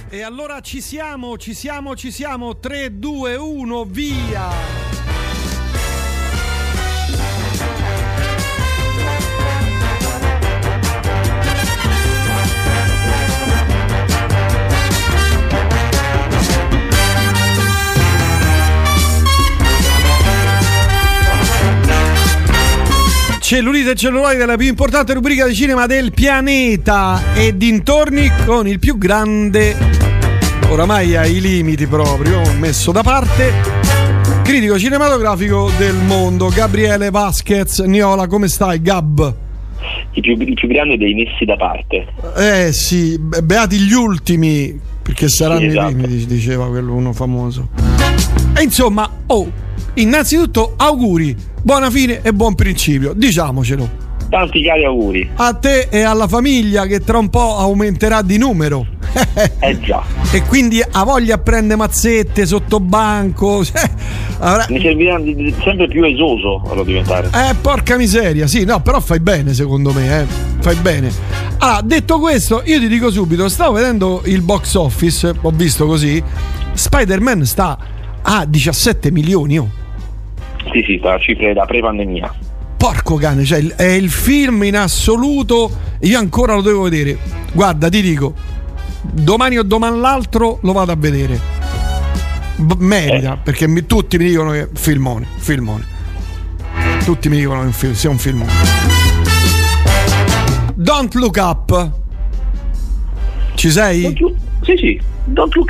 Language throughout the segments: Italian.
E allora ci siamo, 3, 2, 1, via! Cellulite e celluloide, la più importante rubrica di cinema del pianeta e dintorni, con il più grande, oramai ai limiti proprio, messo da parte, critico cinematografico del mondo, Gabriele Vasquez Niola. Come stai, Gab? Il più grande dei messi da parte. Sì, beati gli ultimi, perché saranno esatto. I primi, diceva quello uno famoso. E insomma, innanzitutto auguri, buona fine e buon principio, diciamocelo. Tanti cari auguri a te e alla famiglia, che tra un po' aumenterà di numero. Già. E quindi ha voglia a prendere mazzette sotto banco. Mi servirà sempre più esoso a diventare. Porca miseria, sì, no, però fai bene secondo me, fai bene. Detto questo, io ti dico subito, stavo vedendo il box office, ho visto così, Spider-Man sta a 17 milioni. Sì, sta a cifre da pre-pandemia. Porco cane, cioè è il film in assoluto, io ancora lo devo vedere. Guarda, ti dico, domani o domani l'altro lo vado a vedere. Merita, perché tutti mi dicono che filmone. Tutti mi dicono che sia un filmone. Don't Look Up. Ci sei? Sì. Don't Look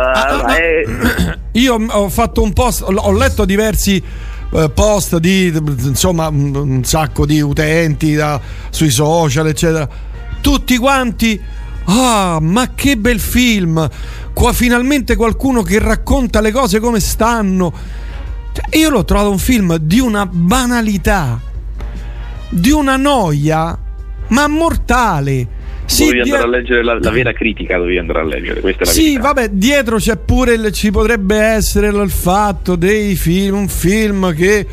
Up Io ho fatto un post, ho letto diversi post di, insomma, un sacco di utenti sui social, eccetera. Tutti quanti, ma che bel film! Qua finalmente qualcuno che racconta le cose come stanno. Cioè, io l'ho trovato un film di una banalità, di una noia, ma mortale. Dovevi andare a leggere la vera critica, dovevi andare a leggere, questa è la verità. Vabbè, dietro c'è pure ci potrebbe essere il fatto dei film, un film che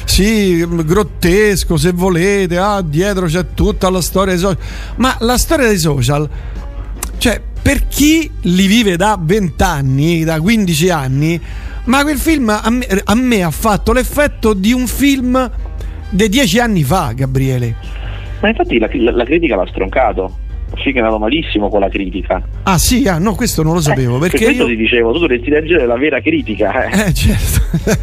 grottesco se volete, dietro c'è tutta la storia dei social, ma la storia dei social, cioè, per chi li vive da 20 anni, da 15 anni, ma quel film a me ha fatto l'effetto di un film dei 10 anni fa, Gabriele. Ma infatti la critica l'ha stroncato. Sì, che è andato malissimo con la critica. Sì, no, questo non lo sapevo, perché per questo ti dicevo, tu dovresti leggere la vera critica. Certo.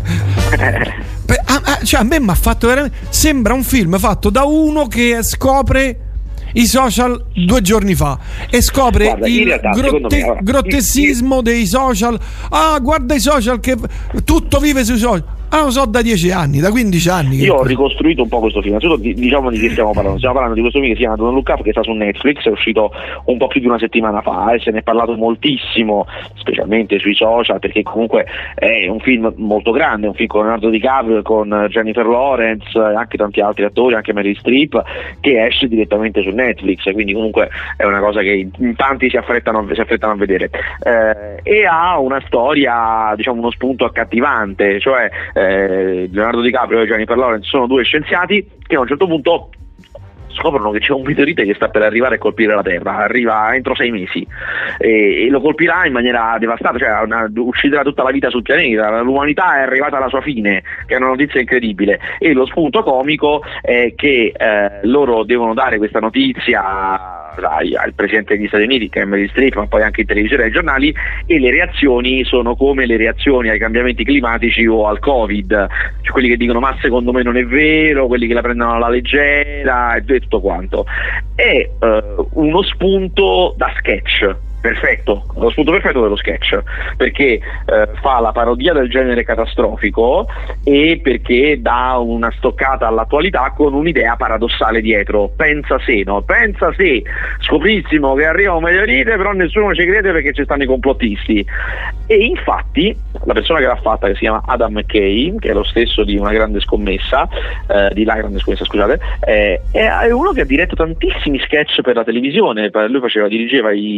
Cioè, a me mi ha fatto veramente, sembra un film fatto da uno che scopre i social 2 giorni fa e scopre il grottesismo dei social. Guarda i social, che tutto vive sui social. Lo so da 10 anni, da 15 anni. Io ho ricostruito un po' questo film. Diciamo di che stiamo parlando. Stiamo parlando di questo film che si chiama Don't Look Up, che sta su Netflix, è uscito un po' più di una settimana fa e se ne è parlato moltissimo, specialmente sui social, perché comunque è un film molto grande, un film con Leonardo DiCaprio, con Jennifer Lawrence e anche tanti altri attori, anche Meryl Streep, che esce direttamente su Netflix, quindi comunque è una cosa che in tanti si affrettano a vedere, e ha una storia, diciamo, uno spunto accattivante, cioè Leonardo DiCaprio e Jennifer Lawrence sono 2 scienziati che a un certo punto scoprono che c'è un meteorite che sta per arrivare e colpire la Terra, arriva entro 6 mesi e lo colpirà in maniera devastante, cioè ucciderà tutta la vita sul pianeta, l'umanità è arrivata alla sua fine, che è una notizia incredibile, e lo spunto comico è che loro devono dare questa notizia al presidente degli Stati Uniti, che è Meryl Streep, ma poi anche in televisione e ai giornali, e le reazioni sono come le reazioni ai cambiamenti climatici o al Covid, cioè quelli che dicono ma secondo me non è vero, quelli che la prendono alla leggera e tutto quanto. È uno spunto da sketch perfetto, lo spunto perfetto dello sketch, perché fa la parodia del genere catastrofico e perché dà una stoccata all'attualità con un'idea paradossale dietro. Pensa se scoprissimo che arriva un meteorite, però nessuno ci crede perché ci stanno i complottisti. E infatti la persona che l'ha fatta, che si chiama Adam McKay, che è lo stesso di Una grande scommessa, di La grande scommessa, scusate, è uno che ha diretto tantissimi sketch per la televisione. Lui dirigeva gli sketch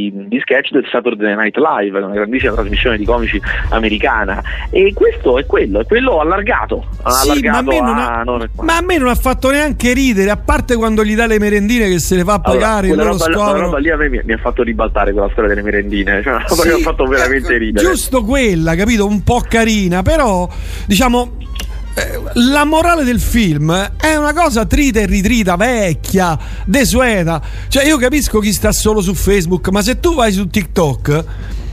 sketch del Saturday Night Live, una grandissima trasmissione di comici americana, e questo è quello allargato, sì, ma a me non ha fatto neanche ridere, a parte quando gli dà le merendine che se le fa pagare. Quella roba lì a me mi ha fatto ribaltare quella storia delle merendine, cioè, sì, mi ha fatto veramente ridere. Giusto quella, capito? Un po' carina, però diciamo la morale del film è una cosa trita e ritrita, vecchia, desueta. Cioè io capisco chi sta solo su Facebook, ma se tu vai su TikTok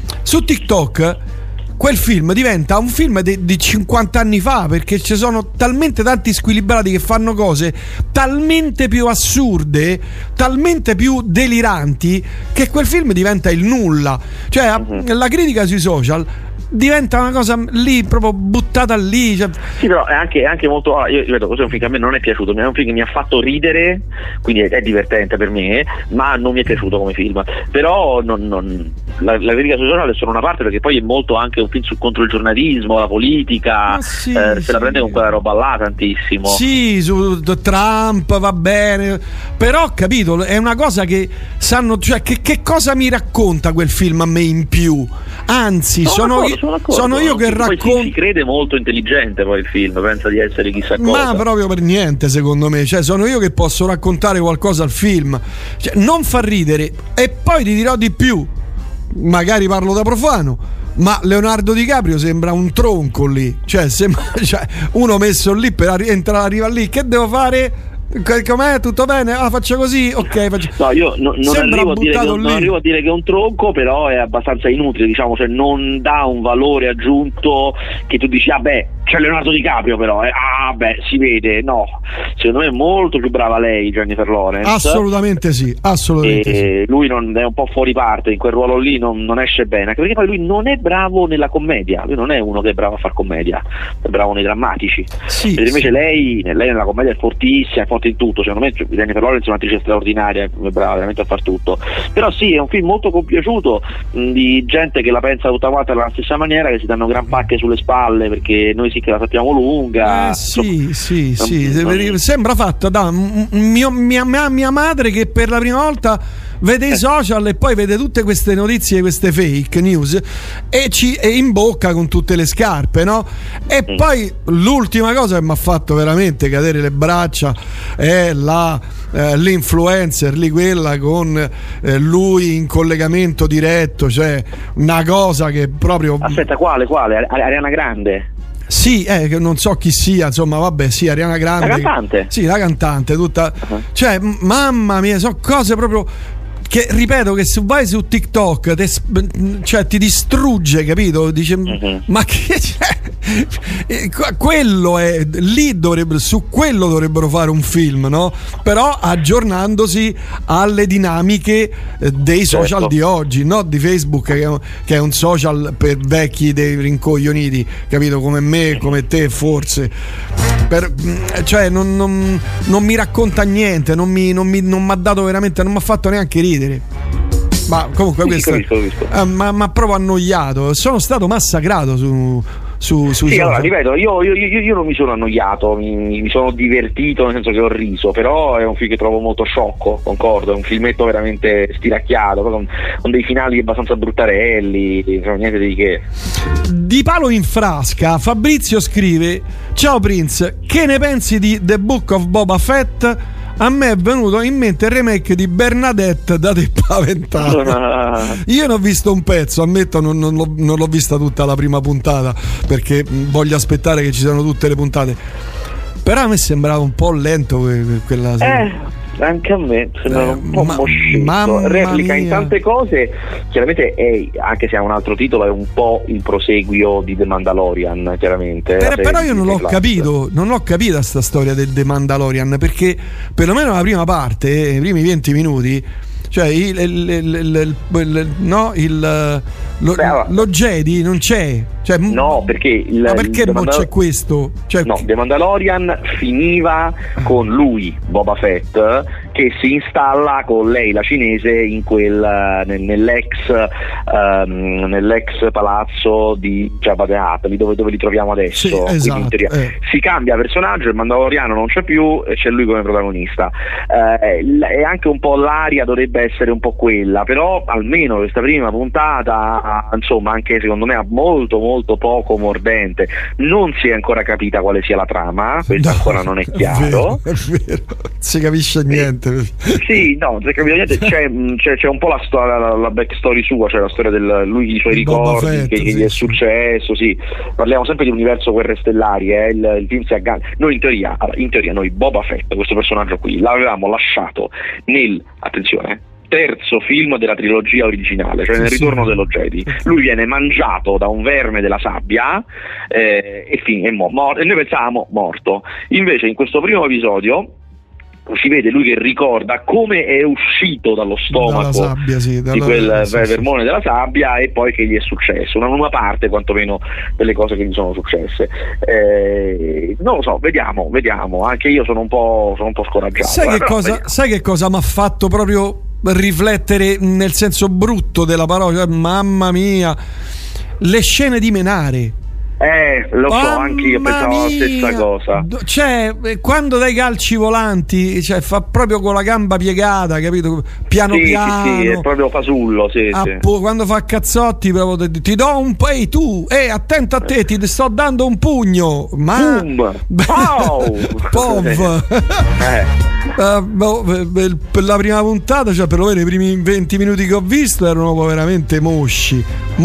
quel film diventa un film di 50 anni fa, perché ci sono talmente tanti squilibrati che fanno cose talmente più assurde, talmente più deliranti, che quel film diventa il nulla. Cioè la critica sui social diventa una cosa lì proprio buttata lì, cioè. Sì, però è anche molto, io vedo, questo è un film che a me non è piaciuto, è un film che mi ha fatto ridere, quindi è divertente per me, ma non mi è piaciuto come film. Però la critica sui social è solo una parte, perché poi è molto anche un film contro il giornalismo, la politica, sì, se la prende con quella roba là tantissimo. Sì, su Trump va bene, però capito, è una cosa che sanno, cioè che cosa mi racconta quel film a me in più? Anzi, sono io che racconto. Poi si crede molto intelligente poi il film, pensa di essere chissà cosa. Ma proprio per niente, secondo me. Cioè, sono io che posso raccontare qualcosa al film. Cioè, non fa ridere. E poi ti dirò di più. Magari parlo da profano, ma Leonardo DiCaprio sembra un tronco lì. Cioè, uno messo lì per arriva lì. Che devo fare? Com'è? Tutto bene? Faccio così? Ok, faccio. No, io non arrivo a dire che è un tronco, però è abbastanza inutile, diciamo, cioè non dà un valore aggiunto che tu dici, c'è Leonardo DiCaprio, però si vede. No, secondo me è molto più brava lei, Jennifer Lawrence. Assolutamente sì. Lui non è un po' fuori parte in quel ruolo lì, non esce bene, anche perché poi lui non è bravo nella commedia, lui non è uno che è bravo a far commedia, è bravo nei drammatici. Sì, invece lei nella commedia è fortissima, è forte in tutto. Secondo me Jennifer Lawrence è un'attrice straordinaria, è brava veramente a far tutto. Però sì, è un film molto compiaciuto, di gente che la pensa tutta quanta nella stessa maniera, che si danno gran pacche sulle spalle perché noi sì che la sappiamo lunga. Sì. Sembra fatta da mia madre che per la prima volta vede i social e poi vede tutte queste notizie, queste fake news e imbocca con tutte le scarpe, no? E poi l'ultima cosa che mi ha fatto veramente cadere le braccia è l'influencer lì, quella con lui in collegamento diretto, cioè una cosa che proprio. Aspetta, quale? Ariana Grande? Sì, che non so chi sia, insomma, vabbè, sì, Ariana Grande. La cantante? Sì, la cantante, tutta. Cioè, mamma mia, sono cose proprio che, ripeto, che se vai su TikTok ti distrugge, capito? Dice, ma che quello è lì, su quello dovrebbero fare un film, no? Però aggiornandosi alle dinamiche dei social di oggi, no? Di Facebook, che è un social per vecchi dei rincoglioniti, capito? Come me, come te, forse. Cioè non mi racconta niente, non mi ha dato veramente, non mi ha fatto neanche ridere. Ma comunque questo m'ha proprio annoiato. Sono stato massacrato su sì, allora ripeto, io non mi sono annoiato, mi sono divertito, nel senso che ho riso, però è un film che trovo molto sciocco, concordo, è un filmetto veramente stiracchiato, con dei finali abbastanza bruttarelli, niente di che. Di palo in frasca, Fabrizio scrive: ciao Prince, che ne pensi di The Book of Boba Fett? A me è venuto in mente il remake di Bernadette da te paventata. Io ne ho visto un pezzo, ammetto, non l'ho vista tutta la prima puntata, perché voglio aspettare che ci siano tutte le puntate. Però a me sembrava un po' lento quella anche a me sembra un po' moscetto, replica in tante cose, chiaramente anche se ha un altro titolo, è un po' il proseguio di The Mandalorian, chiaramente. Però io non l'ho capita sta storia del The Mandalorian, perché perlomeno la prima parte, i primi 20 minuti, cioè lo Jedi non c'è, cioè, no, perché perché non c'è questo? Cioè, no, The Mandalorian finiva con lui, Boba Fett, che si installa con lei, la cinese, in nell'ex palazzo di Jabba the Hutt, lì dove li troviamo adesso. Sì, esatto. Quindi in teoria si cambia personaggio, il Mandaloriano non c'è più e c'è lui come protagonista. E anche un po' l'aria dovrebbe essere un po' quella, però almeno questa prima puntata, insomma, anche secondo me molto molto poco mordente. Non si è ancora capita quale sia la trama, questo ancora non è chiaro. È vero, non si capisce niente. Sì, no, non si capisce niente. C'è un po' la backstory sua, cioè la storia lui, i suoi ricordi, Fett, che gli è successo. Sì, parliamo sempre di universo Guerre Stellari. Il film si aggancia. Noi in teoria noi Boba Fett, questo personaggio qui, l'avevamo lasciato attenzione, terzo film della trilogia originale, cioè nel Ritorno dello Jedi. Lui viene mangiato da un verme della sabbia e noi pensavamo morto. Invece in questo primo episodio si vede lui che ricorda come è uscito dallo stomaco di quel vermone della sabbia e poi che gli è successo, una parte quantomeno delle cose che gli sono successe. Non lo so, vediamo, anche io sono un po' scoraggiato. Sai che cosa mi ha fatto proprio riflettere nel senso brutto della parola? Mamma mia, le scene di menare. Lo so, anche io pensavo la stessa cosa. Cioè, quando dai calci volanti, cioè, fa proprio con la gamba piegata, capito? Piano piano. Sì, è proprio fasullo, sì. Quando fa cazzotti, proprio ti do un po', ehi tu, attento a te, ti sto dando un pugno. Ma per la prima puntata, cioè perlomeno i primi 20 minuti che ho visto erano veramente mosci.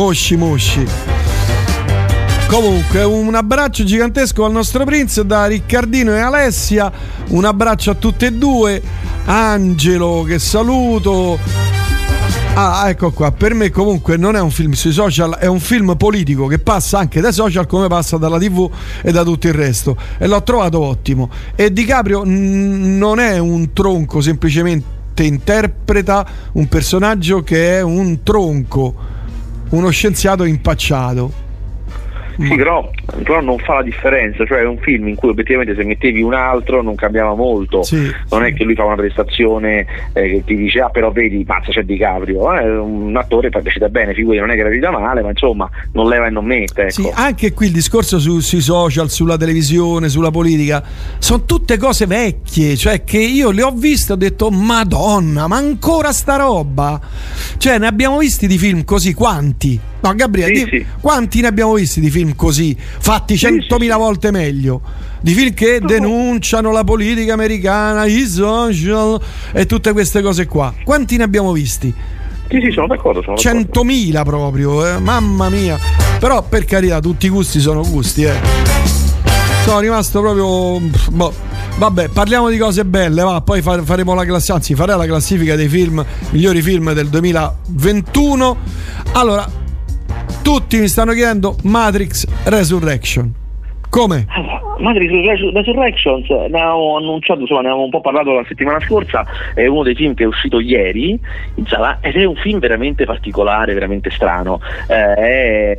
Comunque un abbraccio gigantesco al nostro Prince da Riccardino e Alessia, un abbraccio a tutte e due. Angelo che saluto. Ecco qua, per me comunque non è un film sui social, è un film politico che passa anche dai social come passa dalla TV e da tutto il resto, e l'ho trovato ottimo. E DiCaprio non è un tronco, semplicemente interpreta un personaggio che è un tronco, uno scienziato impacciato. Sì, però non fa la differenza, cioè è un film in cui obiettivamente se mettevi un altro non cambiava molto. Non è che lui fa una prestazione che ti dice però vedi, mazza, c'è DiCaprio, un attore recita bene, figurati, non è che recita male, ma insomma non leva e non mette, ecco. Sì, anche qui il discorso sui social, sulla televisione, sulla politica, sono tutte cose vecchie, cioè che io le ho viste e ho detto Madonna, ma ancora sta roba? Cioè ne abbiamo visti di film così, quanti? No, Gabriele, quanti ne abbiamo visti di film così, fatti 100.000 volte meglio, di film che denunciano la politica americana, i social e tutte queste cose qua? Quanti ne abbiamo visti? Sì, sono d'accordo. 100.000 proprio, mamma mia. Però per carità, tutti i gusti sono gusti, Sono rimasto proprio vabbè, parliamo di cose belle, poi faremo la classifica, anzi farei la classifica dei migliori film del 2021. Allora, tutti mi stanno chiedendo Matrix Resurrection. Come? Matrix Resurrections ne avevamo annunciato, insomma ne avevamo un po' parlato la settimana scorsa, è uno dei film che è uscito ieri, insomma, ed è un film veramente particolare, veramente strano. È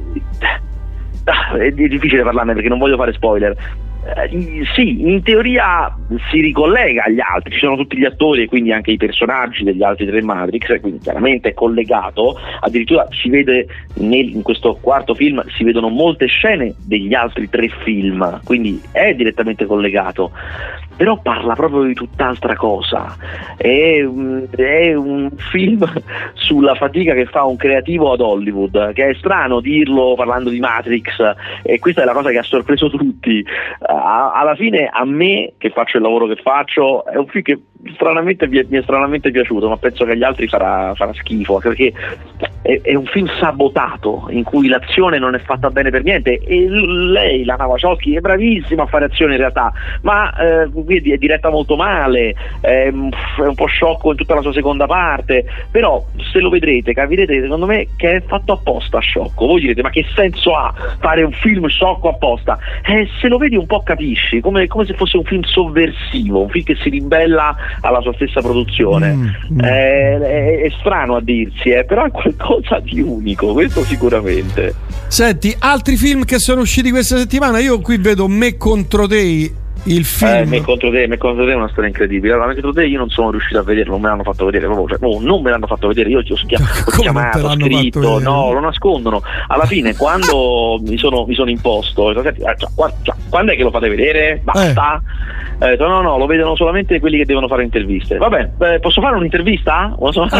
difficile parlarne perché non voglio fare spoiler. Sì, in teoria si ricollega agli altri, ci sono tutti gli attori e quindi anche i personaggi degli altri tre Matrix, e quindi chiaramente è collegato. Addirittura si vede in questo quarto film si vedono molte scene degli altri tre film, quindi è direttamente collegato, però parla proprio di tutt'altra cosa. È un film sulla fatica che fa un creativo ad Hollywood, che è strano dirlo parlando di Matrix, e questa è la cosa che ha sorpreso tutti. Alla fine a me, che faccio il lavoro che faccio, è un film che stranamente mi è stranamente piaciuto, ma penso che agli altri farà schifo, perché è un film sabotato, in cui l'azione non è fatta bene per niente, e lei, Lana Wachowski, è bravissima a fare azione in realtà, ma quindi è diretta molto male, è un po' sciocco in tutta la sua seconda parte, però se lo vedrete capirete secondo me che è fatto apposta sciocco. Voi direte ma che senso ha fare un film sciocco apposta? Se lo vedi un po' capisci, come se fosse un film sovversivo, un film che si ribella alla sua stessa produzione. È strano a dirsi, però è qualcosa di unico, questo sicuramente. Senti, altri film che sono usciti questa settimana, io qui vedo Me contro te, il film Me contro te è una storia incredibile. Allora, Me contro te io non sono riuscito a vederlo, non me l'hanno fatto vedere proprio, non me l'hanno fatto vedere, io ho chiamato, ho scritto, no, lo nascondono. Alla fine quando mi sono imposto, quando è che lo fate vedere? Basta. No, lo vedono solamente quelli che devono fare interviste. Vabbè, posso fare un'intervista?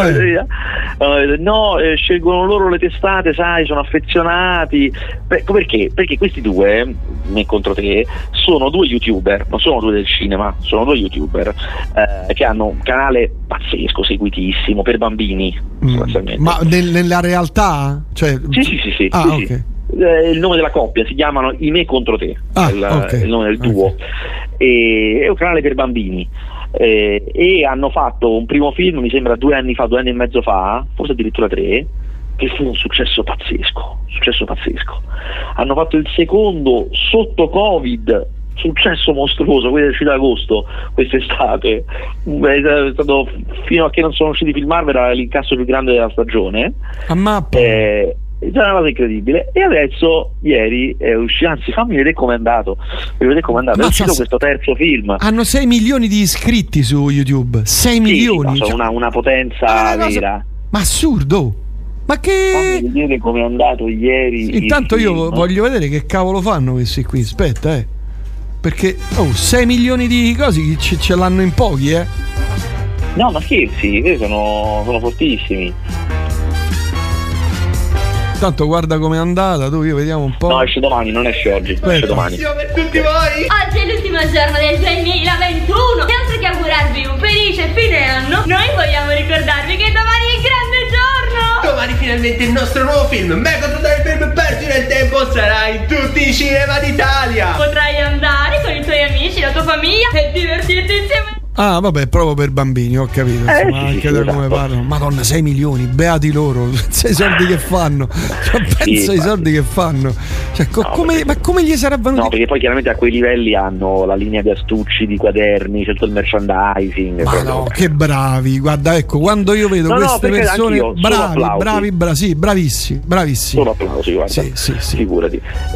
No, scelgono loro le testate, sai, sono affezionati. Perché? Perché questi due, Me contro te, sono due youtuber, non sono due del cinema, sono due youtuber che hanno un canale pazzesco, seguitissimo, per bambini, sostanzialmente. Ma nella realtà? Cioè... Sì. Ok. Il nome della coppia si chiamano I Me contro te, il nome del duo, è un canale per bambini, e hanno fatto un primo film, mi sembra 2 anni fa, 2 anni e mezzo fa, forse addirittura 3, che fu un successo pazzesco. Hanno fatto il secondo sotto Covid, successo mostruoso, quello è uscito ad agosto quest'estate, è stato, fino a che non sono usciti a filmarlo, era l'incasso più grande della stagione. È una cosa incredibile. E adesso ieri è uscito, anzi fammi vedere com'è andato, è uscito questo terzo film. Hanno 6 milioni di iscritti su YouTube, 6 milioni, no, sono una potenza vera, ma assurdo. Ma che... Fammi vedere com'è andato ieri. Intanto io voglio vedere che cavolo fanno questi qui, aspetta, perché 6 milioni di cose ce l'hanno in pochi, No, ma scherzi, sono fortissimi. Tanto guarda com'è andata, io vediamo un po'. No, esce domani, non esce oggi. Esce domani. Per tutti voi. Oggi è l'ultimo giorno del 2021 e oltre che augurarvi un felice fine anno, noi vogliamo ricordarvi che domani è il grande giorno. Domani finalmente il nostro nuovo film, Me contro te, il film Persi nel tempo, sarà in tutti i cinema d'Italia. Potrai andare con i tuoi amici, la tua famiglia e divertirti insieme. Ah, vabbè, proprio per bambini, ho capito. Insomma, anche da come parlano. Madonna, 6 milioni, beati loro. Pensa ai soldi che fanno. Pensa ai soldi che fanno. Cioè, ma come gli sarà venuto? No, perché poi chiaramente a quei livelli hanno la linea di astucci, di quaderni, c'è tutto il merchandising. Ma no, che bravi. Guarda, ecco, quando io vedo queste persone bravissimi. Solo applausi, guarda. Sì. Figurati.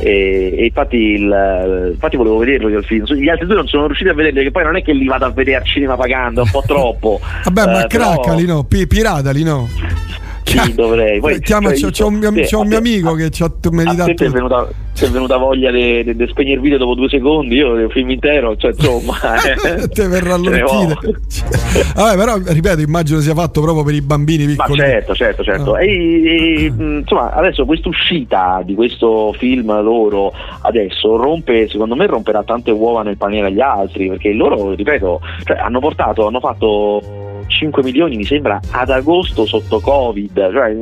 E infatti volevo vederlo io il film. Gli altri due non sono riusciti a vederlo, che poi non è che li vado a vedere al cinema pagando, è un po' troppo. Vabbè, ma craccali, no? Piratali, no? Sì, dovrei. Poi, c'ho un mio amico che ci ha meditato. A te è venuta voglia di spegnere il video dopo 2 secondi, io il film intero, cioè insomma. Te verrà all'orchina. Vabbè, però ripeto, immagino sia fatto proprio per i bambini piccoli. Ma certo. No. Insomma, adesso quest'uscita di questo film loro adesso secondo me romperà tante uova nel paniere agli altri, perché loro, ripeto, cioè, hanno fatto 5 milioni mi sembra ad agosto sotto Covid, cioè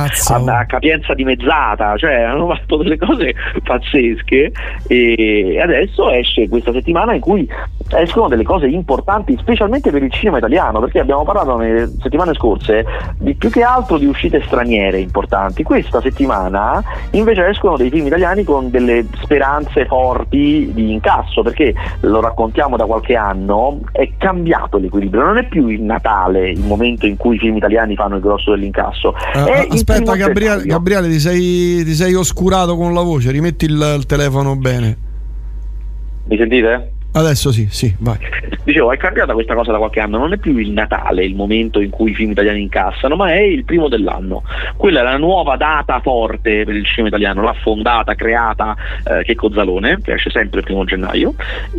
a capienza dimezzata, cioè hanno fatto delle cose pazzesche, e adesso esce questa settimana in cui escono delle cose importanti, specialmente per il cinema italiano, perché abbiamo parlato nelle settimane scorse di più che altro di uscite straniere importanti. Questa settimana invece escono dei film italiani con delle speranze forti di incasso, perché lo raccontiamo da qualche anno, è cambiato l'equilibrio, non è più il Natale il momento in cui i film italiani fanno il grosso dell'incasso. Aspetta, Gabriele, ti sei oscurato con la voce, rimetti il telefono bene. Mi sentite? Adesso sì, vai. Dicevo, è cambiata questa cosa da qualche anno, non è più il Natale il momento in cui i film italiani incassano, ma è il primo dell'anno. Quella è la nuova data forte per il cinema italiano, l'ha fondata, creata Checco Zalone, che esce sempre il 1 gennaio,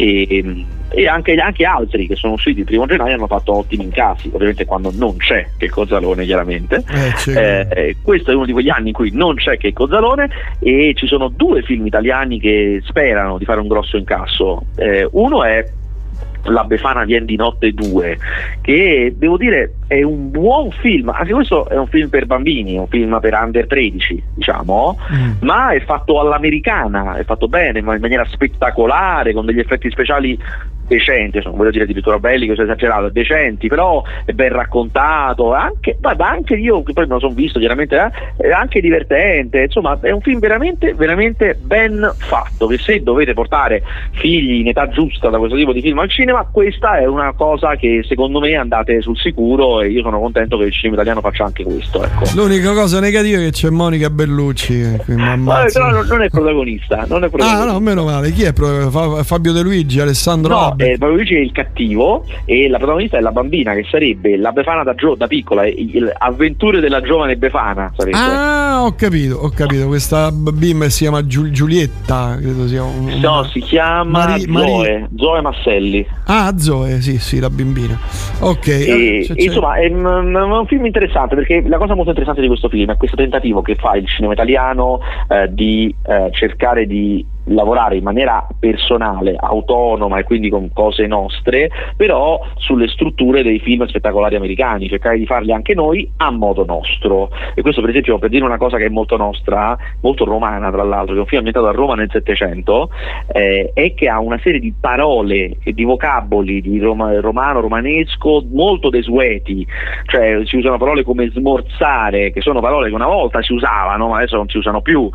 e anche altri che sono usciti il 1 gennaio hanno fatto ottimi incassi, ovviamente quando non c'è Checco Zalone, chiaramente. Questo è uno di quegli anni in cui non c'è Checco Zalone, e ci sono 2 film italiani che sperano di fare un grosso incasso. Uno è La Befana vien di notte 2, che devo dire è un buon film, anche questo è un film per bambini, è un film per under 13, diciamo, ma è fatto all'americana, è fatto bene, ma in maniera spettacolare, con degli effetti speciali decenti, non voglio dire addirittura belli, che sono esagerato, decenti, però è ben raccontato, anche io che poi me lo sono visto chiaramente, è anche divertente, insomma è un film veramente veramente ben fatto, che se dovete portare figli in età giusta da questo tipo di film al cinema, questa è una cosa che secondo me andate sul sicuro, e io sono contento che il cinema italiano faccia anche questo, ecco. L'unica cosa negativa è che c'è Monica Bellucci, però non è protagonista, Ah no, meno male. Chi è? Fabio De Luigi, Alessandro? No, Fabio Luigi è il cattivo e la protagonista è la bambina, che sarebbe la Befana da piccola, avventure della giovane Befana sarebbe. Ah, ho capito. Questa bimba si chiama Giulietta, credo sia no, si chiama Zoe Masselli. Ah, Zoe, sì, la bimbina. Ok. Insomma è un film interessante, perché la cosa molto interessante di questo film è questo tentativo che fa il cinema italiano di cercare di lavorare in maniera personale, autonoma e quindi con cose nostre, però sulle strutture dei film spettacolari americani, cercare di farli anche noi a modo nostro. E questo, per esempio, per dire una cosa che è molto nostra, molto romana tra l'altro, che è un film ambientato a Roma nel Settecento, è che ha una serie di parole e di vocaboli di romano, romanesco molto desueti, cioè si usano parole come smorzare, che sono parole che una volta si usavano ma adesso non si usano più,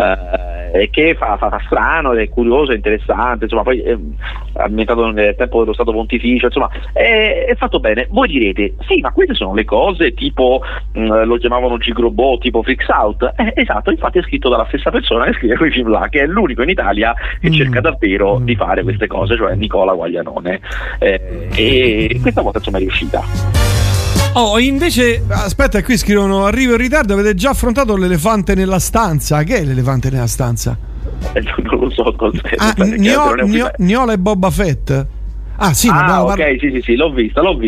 e che fa strano ed è curioso e interessante, insomma. Poi è ambientato nel tempo dello Stato Pontificio, insomma è fatto bene. Voi direte sì, ma queste sono le cose tipo lo chiamavano Gigrobot, tipo Freaks Out, esatto, infatti è scritto dalla stessa persona che scrive quei film là, che è l'unico in Italia che cerca davvero di fare queste cose, cioè Nicola Guaglianone, e questa volta insomma è riuscita. Invece, aspetta, qui scrivono: arrivo in ritardo, avete già affrontato l'elefante nella stanza. Che è l'elefante nella stanza? Non lo so. Niola e Boba Fett. Ah sì, sì, l'ho vista. Ho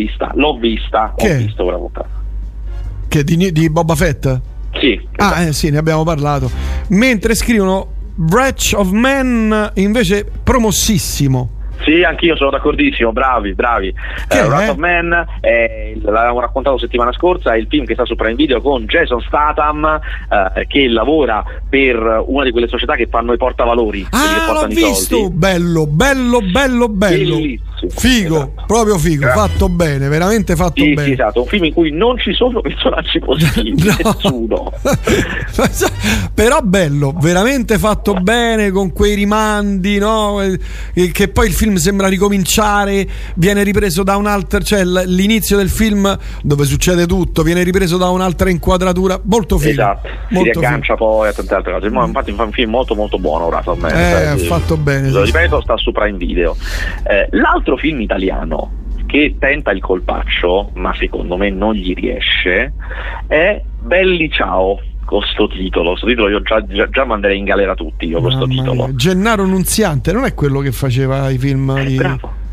visto quella volta. Che di Boba Fett? Sì. Sì, ne abbiamo parlato. Mentre scrivono Wretch of Man invece promossissimo. Sì, anch'io sono d'accordissimo, bravi. Wrath of Man, l'avevamo raccontato settimana scorsa, è il film che sta su Prime Video con Jason Statham, che lavora per una di quelle società che fanno i portavalori. L'ho visto, bello. Bellissimo. Figo, esatto. Proprio figo, fatto bene, veramente fatto bene. Sì, esatto, un film in cui non ci sono personaggi positivi, nessuno. Però bello, veramente fatto bene, con quei rimandi, no? Che poi il film sembra ricominciare, viene ripreso da un'altra, cioè l'inizio del film dove succede tutto viene ripreso da un'altra inquadratura, molto figo. Esatto, si riaggancia poi a tante altre cose. Infatti è un film molto molto buono, fatto bene. Lo ripeto, sta su Prime Video. L'altro film italiano che tenta il colpaccio, ma secondo me non gli riesce, è Belli Ciao. Con sto titolo io già manderei in galera tutti io con sto titolo. Gennaro Nunziante non è quello che faceva i film di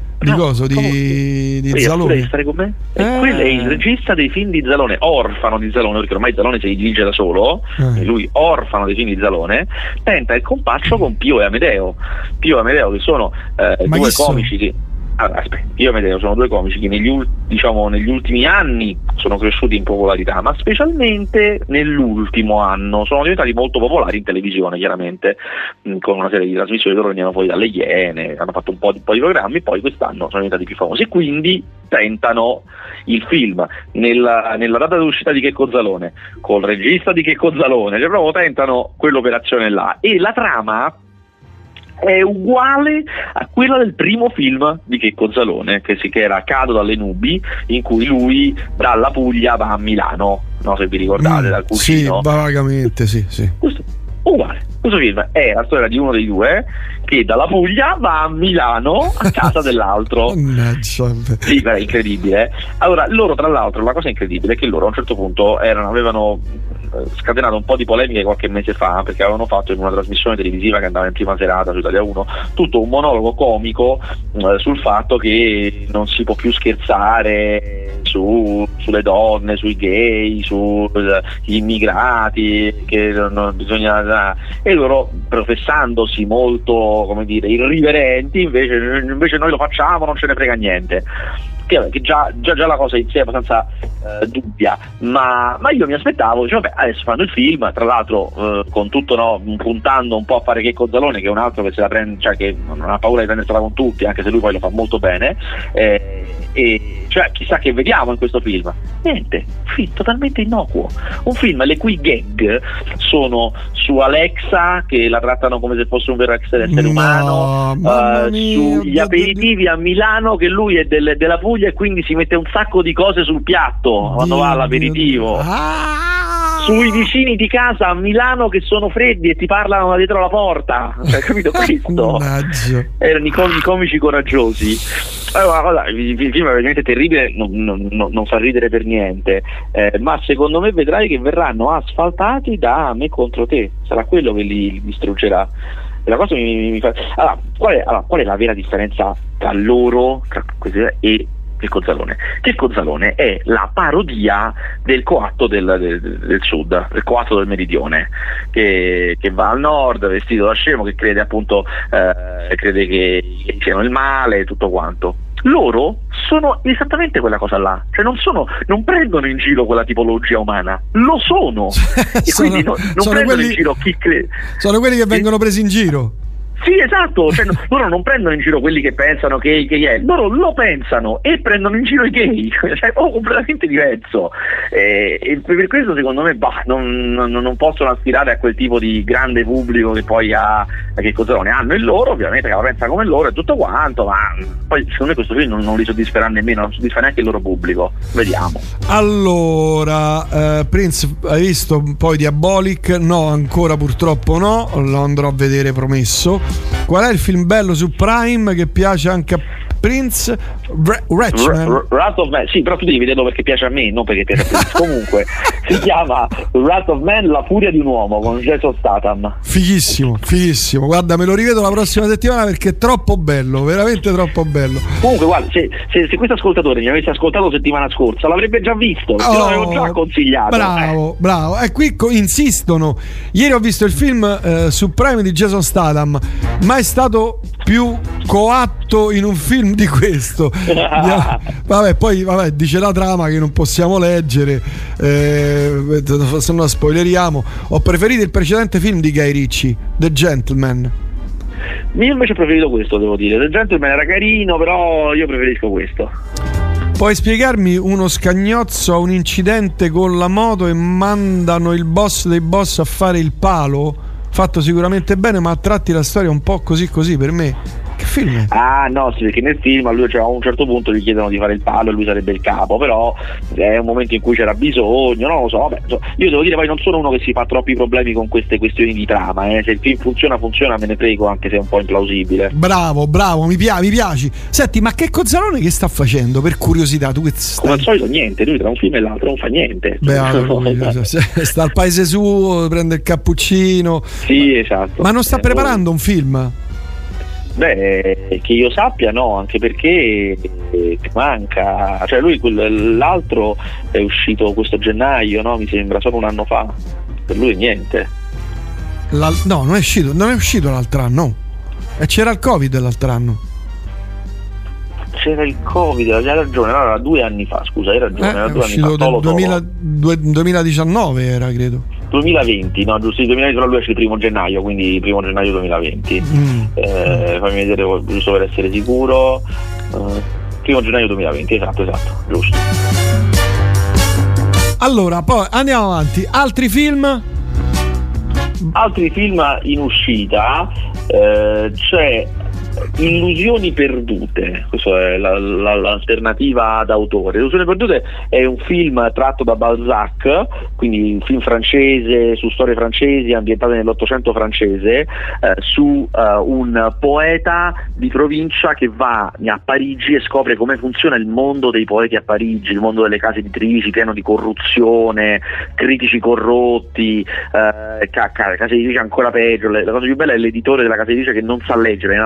Zalone? Stare con me? Quello è il regista dei film di Zalone, orfano di Zalone, perché ormai Zalone si dirige da solo, e lui, orfano dei film di Zalone, tenta il compaccio con Pio e Amedeo, che sono due comici che... Io e Amedeo sono due comici che negli ultimi anni sono cresciuti in popolarità, ma specialmente nell'ultimo anno sono diventati molto popolari in televisione, chiaramente, con una serie di trasmissioni. Loro venivano fuori dalle Iene, hanno fatto un po' di programmi, poi quest'anno sono diventati più famosi e quindi tentano il film nella data d'uscita di Checco Zalone, col regista di Checco Zalone, cioè proprio tentano quell'operazione là, e la trama è uguale a quella del primo film di Checco Zalone, che era Cado dalle nubi, in cui lui dalla Puglia va a Milano, no, se vi ricordate, dal cugino. Sì, vagamente, sì. Uguale. Questo film è la storia di uno dei due che dalla Puglia va a Milano a casa dell'altro. Sì, è incredibile. Allora, loro, tra l'altro, la cosa incredibile è che loro a un certo punto avevano scatenato un po' di polemiche qualche mese fa, perché avevano fatto in una trasmissione televisiva che andava in prima serata su Italia 1 tutto un monologo comico sul fatto che non si può più scherzare sulle donne, sui gay, sugli immigrati, che non bisogna, e loro, professandosi molto, come dire, irriverenti, invece noi lo facciamo, non ce ne frega niente. che già la cosa in sé è abbastanza dubbia, ma io mi aspettavo, dicevo, vabbè, adesso fanno il film, tra l'altro con tutto, no, puntando un po' a fare Checco Zalone, che è un altro che se la prende, cioè che non ha paura di prendersela con tutti, anche se lui poi lo fa molto bene, e cioè chissà che vediamo in questo film. Niente, un film totalmente innocuo, un film le cui gag sono su Alexa che la trattano come se fosse un vero essere umano, sugli aperitivi a Milano che lui è della Puglia e quindi si mette un sacco di cose sul piatto quando va all'aperitivo, sui vicini di casa a Milano che sono freddi e ti parlano da dietro la porta, cioè, capito questo? Erano i comici coraggiosi. Allora, il film è veramente terribile, non fa ridere per niente, ma secondo me vedrai che verranno asfaltati da Me contro te, sarà quello che li distruggerà. E la cosa mi fa... qual è la vera differenza tra loro e Checco Zalone? Checco Zalone è la parodia del coatto del sud, del coatto del meridione, che va al nord vestito da scemo, che crede appunto crede che siano il male e tutto quanto. Loro sono esattamente quella cosa là, cioè non prendono in giro quella tipologia umana, lo sono e quindi non prendono in giro chi crede. Sono quelli che vengono presi in giro. Sì, esatto, cioè, loro non prendono in giro quelli che pensano che gay è, loro lo pensano e prendono in giro i gay, cioè completamente diverso, e per questo secondo me non possono aspirare a quel tipo di grande pubblico che poi ha Checco Zalone. Hanno il loro, ovviamente, che la pensa come loro e tutto quanto, ma poi secondo me questo film non li soddisferà nemmeno, non soddisfa neanche il loro pubblico. Vediamo. Allora, Prince, hai visto poi Diabolic? No, ancora purtroppo no, lo andrò a vedere, promesso. Qual è il film bello su Prime che piace anche a Prince? Wrath of Man, sì, però tu devi vederlo perché piace a me, non perché piace a Prince. Comunque si chiama Wrath of Man, la furia di un uomo, con Jason Statham. Fighissimo, guarda, me lo rivedo la prossima settimana perché è troppo bello, veramente troppo bello. Comunque guarda, se questo ascoltatore mi avesse ascoltato settimana scorsa l'avrebbe già visto, perché lo avevo già consigliato. Bravo, e qui insistono. Ieri ho visto il film su Prime di Jason Statham, mai stato più coatto in un film di questo. Poi dice la trama che non possiamo leggere, se no spoileriamo. Ho preferito il precedente film di Guy Ritchie, The Gentleman. Io invece ho preferito questo, devo dire. The Gentleman era carino, però io preferisco questo. Puoi spiegarmi uno scagnozzo a un incidente con la moto e mandano il boss dei boss a fare il palo? Fatto sicuramente bene, ma a tratti la storia è un po' così per me. Che film è? Ah no, sì, perché nel film a lui, cioè, a un certo punto gli chiedono di fare il palo e lui sarebbe il capo, però è un momento in cui c'era bisogno, non lo so, vabbè, io devo dire, poi non sono uno che si fa troppi problemi con queste questioni di trama, se il film funziona, me ne prego, anche se è un po' implausibile. Bravo, mi piaci. Senti, ma Checco Zalone che sta facendo, per curiosità? Tu che stai... Come al solito niente, lui tra un film e l'altro non fa niente. Sta al paese suo, prende il cappuccino. Sì, esatto. Ma non sta preparando un film? Beh, che io sappia no, anche perché manca, cioè lui l'altro è uscito questo gennaio, no? Mi sembra solo un anno fa, per lui niente. No, non è uscito l'altro anno, e c'era il Covid l'altro anno. C'era il Covid, hai ragione, allora 2 anni fa, scusa, hai ragione, era 2 anni fa. 2019 era, credo. 2020, no, giusto, il 2020 lui esce il 1 gennaio, quindi 1 gennaio 2020. Fammi vedere, giusto per essere sicuro. 1 gennaio 2020, esatto, giusto. Allora, poi andiamo avanti. Altri film in uscita, c'è Illusioni perdute, questa è l'alternativa d'autore. Illusioni perdute è un film tratto da Balzac, quindi un film francese su storie francesi ambientate nell'Ottocento francese, su un poeta di provincia che va a Parigi e scopre come funziona il mondo dei poeti a Parigi, il mondo delle case editrici pieno di corruzione, critici corrotti, case editrici ancora peggio. La cosa più bella è l'editore della casa editrice che non sa leggere, è analfabeta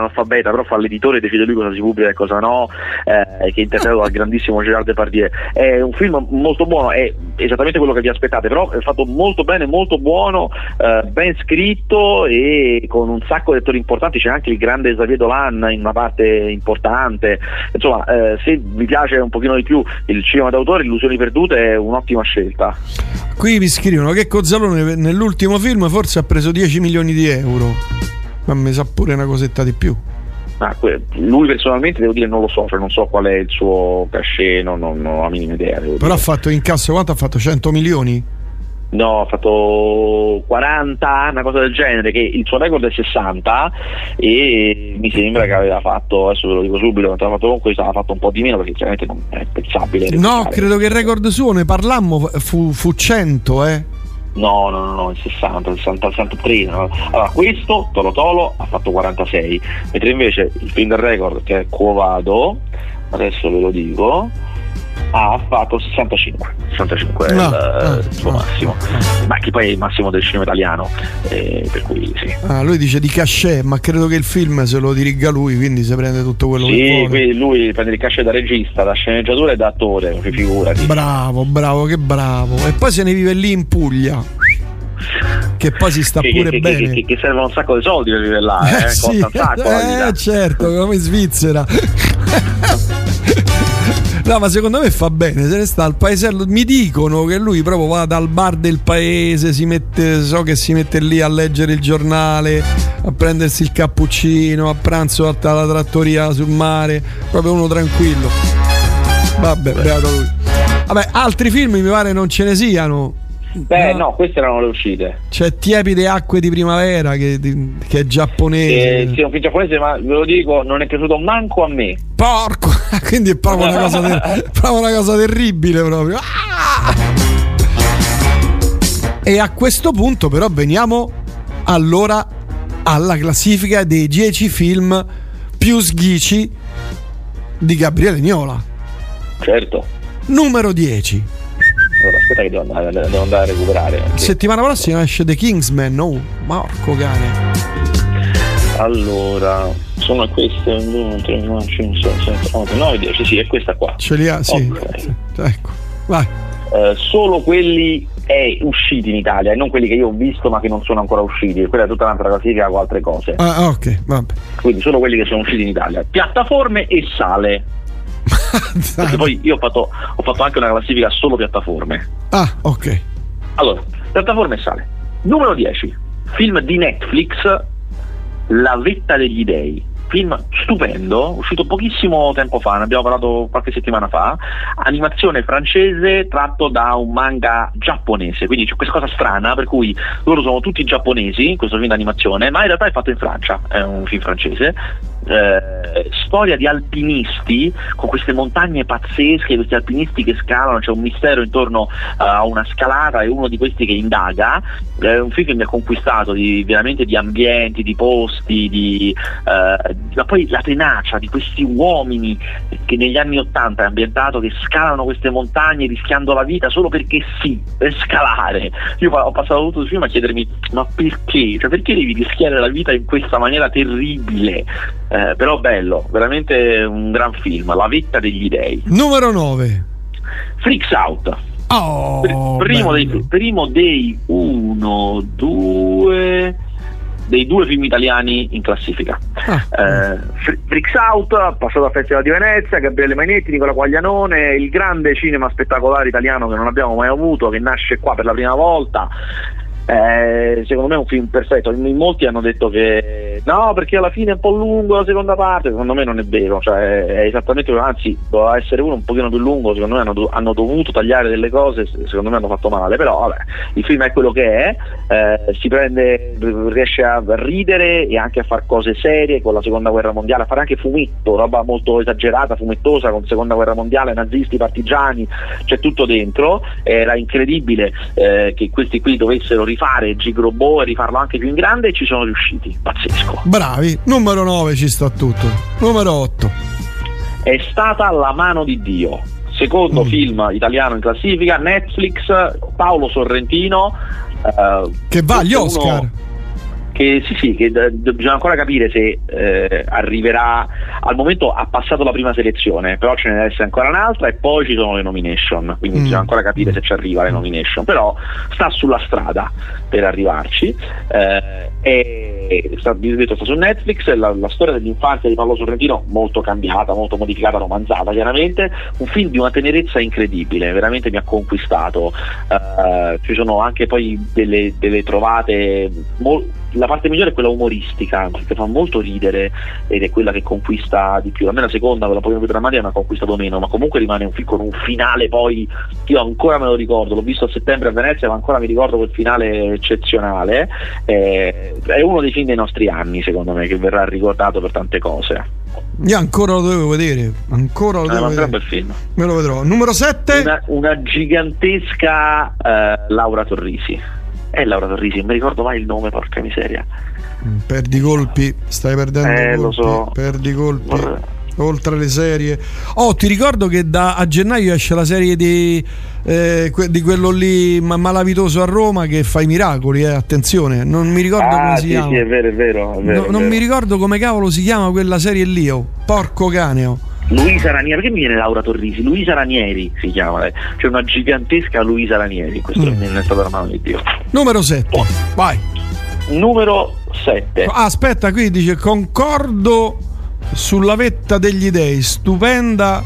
eccetera, però fa l'editore e decide lui cosa si pubblica e cosa no, che è interpretato dal grandissimo Gérard Depardieu. È un film molto buono, è esattamente quello che vi aspettate, però è fatto molto bene, molto buono, ben scritto e con un sacco di attori importanti. C'è anche il grande Xavier Dolan in una parte importante, insomma, se vi piace un pochino di più il cinema d'autore, Illusioni perdute è un'ottima scelta. Qui mi scrivono che Cozzalone nell'ultimo film forse ha preso 10 milioni di euro, ma mi sa pure una cosetta di più. Lui personalmente devo dire non lo so, cioè non so qual è il suo cachet, non ho la minima idea. Però ha fatto incasso quanto? Ha fatto 100 milioni? No, ha fatto 40, una cosa del genere, che il suo record è 60 e mi sembra che aveva fatto, adesso ve lo dico subito, quanto aveva fatto, comunque aveva fatto un po' di meno perché chiaramente non è pensabile. No, credo che il record suo, ne parlammo, fu 100, No, il 60, 63. No. Allora, questo Tolo ha fatto 46, mentre invece il film del record, che è Quo Vado, adesso ve lo dico, ha fatto 65 è il suo massimo, ma che poi è il massimo del cinema italiano, per cui sì. Lui dice di cachet, ma credo che il film se lo diriga lui, quindi si prende tutto quello che vuole. Sì, quindi lui prende il cachet da regista, da sceneggiatore e da attore, figurati. Bravo, che bravo. E poi se ne vive lì in Puglia, che poi si sta pure bene, che servono un sacco di soldi per vivere là, sì, costa un sacco certo, come in Svizzera. No, ma secondo me fa bene, se ne sta al paesello. Mi dicono che lui proprio va dal bar del paese, si mette lì a leggere il giornale, a prendersi il cappuccino, a pranzo alla trattoria sul mare, proprio uno tranquillo. Vabbè, beato lui. Vabbè, altri film mi pare non ce ne siano. No, queste erano le uscite. C'è Tiepide acque di primavera che è giapponese. Sì, è un film giapponese, ma ve lo dico, non è piaciuto manco a me. Porco! Quindi è proprio una cosa terribile proprio. Ah! E a questo punto però veniamo allora alla classifica dei 10 film più sghici di Gabriele Niola. Certo. Numero 10. Allora, aspetta che devo andare a recuperare. Settimana prossima esce The Kingsman. Oh, Marco cane. Allora, sono queste 1, 2, 3, 4, 5, 6, 7, 8, 9, 10. Sì, è questa qua. Ce li ha, sì. Okay. Sì. Ecco, vai. Solo quelli usciti in Italia e non quelli che io ho visto ma che non sono ancora usciti. Quella è tutta un'altra classifica con altre cose. Ok, vabbè. Quindi solo quelli che sono usciti in Italia. Piattaforme e sale. Perché poi io ho fatto anche una classifica solo piattaforme. Ok. Allora, piattaforme e sale. Numero 10, film di Netflix, La vetta degli dei. Film stupendo, uscito pochissimo tempo fa, ne abbiamo parlato qualche settimana fa. Animazione francese tratto da un manga giapponese, quindi c'è questa cosa strana per cui loro sono tutti giapponesi, questo film d'animazione, ma in realtà è fatto in Francia, è un film francese. Storia di alpinisti con queste montagne pazzesche, questi alpinisti che scalano, c'è un mistero intorno a una scalata e uno di questi che indaga. È un film che mi ha conquistato veramente di ambienti, di posti, ma poi la tenacia di questi uomini che negli anni '80 è ambientato, che scalano queste montagne rischiando la vita solo perché sì, per scalare. Io ho passato tutto il film a chiedermi ma perché? Cioè perché devi rischiare la vita in questa maniera terribile? Però bello, veramente un gran film, La vetta degli dei. Numero 9, Freaks Out. Primo dei due film italiani in classifica. Freaks Out, passato al Festival di Venezia, Gabriele Mainetti, Nicola Quaglianone, il grande cinema spettacolare italiano che non abbiamo mai avuto, che nasce qua per la prima volta. Secondo me è un film perfetto. In molti hanno detto che no, perché alla fine è un po' lungo la seconda parte. Secondo me non è vero, cioè è esattamente, anzi doveva essere uno un pochino più lungo. Secondo me hanno dovuto tagliare delle cose, secondo me hanno fatto male, però vabbè, il film è quello che è. Si prende, riesce a ridere e anche a fare cose serie con la seconda guerra mondiale, a fare anche fumetto, roba molto esagerata, fumettosa, con seconda guerra mondiale, nazisti, partigiani, c'è tutto dentro. Era incredibile che questi qui dovessero rifare Gigrobò e rifarlo anche più in grande, e ci sono riusciti, pazzesco. Bravi. Numero 9 ci sta tutto. Numero 8 È stata La mano di Dio, secondo film italiano in classifica, Netflix, Paolo Sorrentino, che va agli Oscar. che bisogna ancora capire se arriverà. Al momento ha passato la prima selezione, però ce ne deve essere ancora un'altra e poi ci sono le nomination, quindi bisogna ancora capire se ci arriva le nomination, però sta sulla strada per arrivarci. Sta su Netflix, la storia dell'infanzia di Paolo Sorrentino, molto cambiata, molto modificata, romanzata chiaramente, un film di una tenerezza incredibile, veramente mi ha conquistato. Ci sono anche poi delle trovate, la parte migliore è quella umoristica, che fa molto ridere ed è quella che conquista di più. A me la seconda, quella più drammatica, mi ha conquistato meno, ma comunque rimane un film con un finale, poi io ancora me lo ricordo, l'ho visto a settembre a Venezia, ma ancora mi ricordo quel finale eccezionale. È uno dei film dei nostri anni, secondo me, che verrà ricordato per tante cose. Io ancora lo devo vedere, vedere. Un bel film. Me lo vedrò. Numero 7, una gigantesca Laura Torrisi. Laura Torrisi, non mi ricordo mai il nome, porca miseria. Perdi colpi, stai perdendo colpi. Lo so. Perdi colpi. Oltre le serie. Ti ricordo che a gennaio esce la serie di quello lì malavitoso a Roma che fa i miracoli, attenzione, non mi ricordo come si chiama. Sì, è vero. Non mi ricordo come cavolo si chiama quella serie lì, porco cane. Luisa Ranieri, perché mi viene Laura Torrisi? Luisa Ranieri si chiama, c'è una gigantesca Luisa Ranieri, questo non è stata la mano di Dio. Numero 7, vai. Numero 7. Aspetta, qui dice: concordo sulla vetta degli dei, stupenda,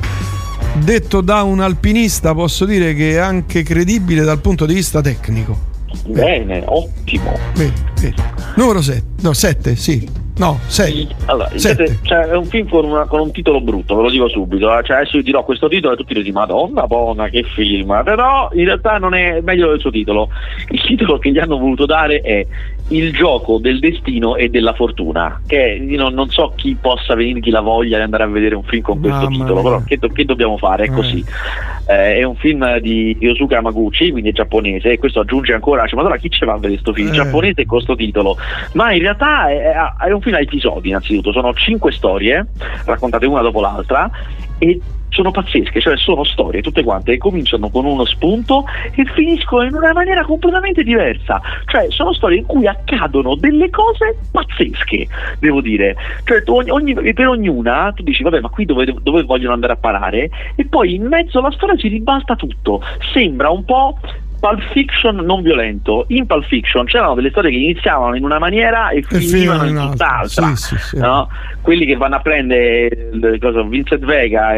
detto da un alpinista, posso dire che è anche credibile dal punto di vista tecnico. Bene, ottimo. Bene. Numero 7, sì. No, 6. Allora, è un film con un titolo brutto, ve lo dico subito. Cioè, adesso io dirò questo titolo e tutti dicono: Madonna buona, che film! Però in realtà non è meglio del suo titolo. Il titolo che gli hanno voluto dare è Il gioco del destino e della fortuna, che io non so chi possa venirgli la voglia di andare a vedere un film con questo titolo, però che dobbiamo fare? È così. È un film di Yosuke Hamaguchi, quindi è giapponese, e questo aggiunge ancora, ma allora chi ci va a vedere questo film? Giapponese con questo titolo. Ma in realtà è un film a episodi, innanzitutto, sono 5 storie raccontate una dopo l'altra e sono pazzesche, cioè sono storie tutte quante che cominciano con uno spunto e finiscono in una maniera completamente diversa, cioè sono storie in cui accadono delle cose pazzesche, devo dire, cioè per ognuna tu dici vabbè, ma qui dove vogliono andare a parare, e poi in mezzo alla storia si ribalta tutto, sembra un po' Pulp Fiction non violento. In Pulp Fiction c'erano delle storie che iniziavano in una maniera e finivano in tutt'altra, sì. No? Quelli che vanno a prendere Vincent Vega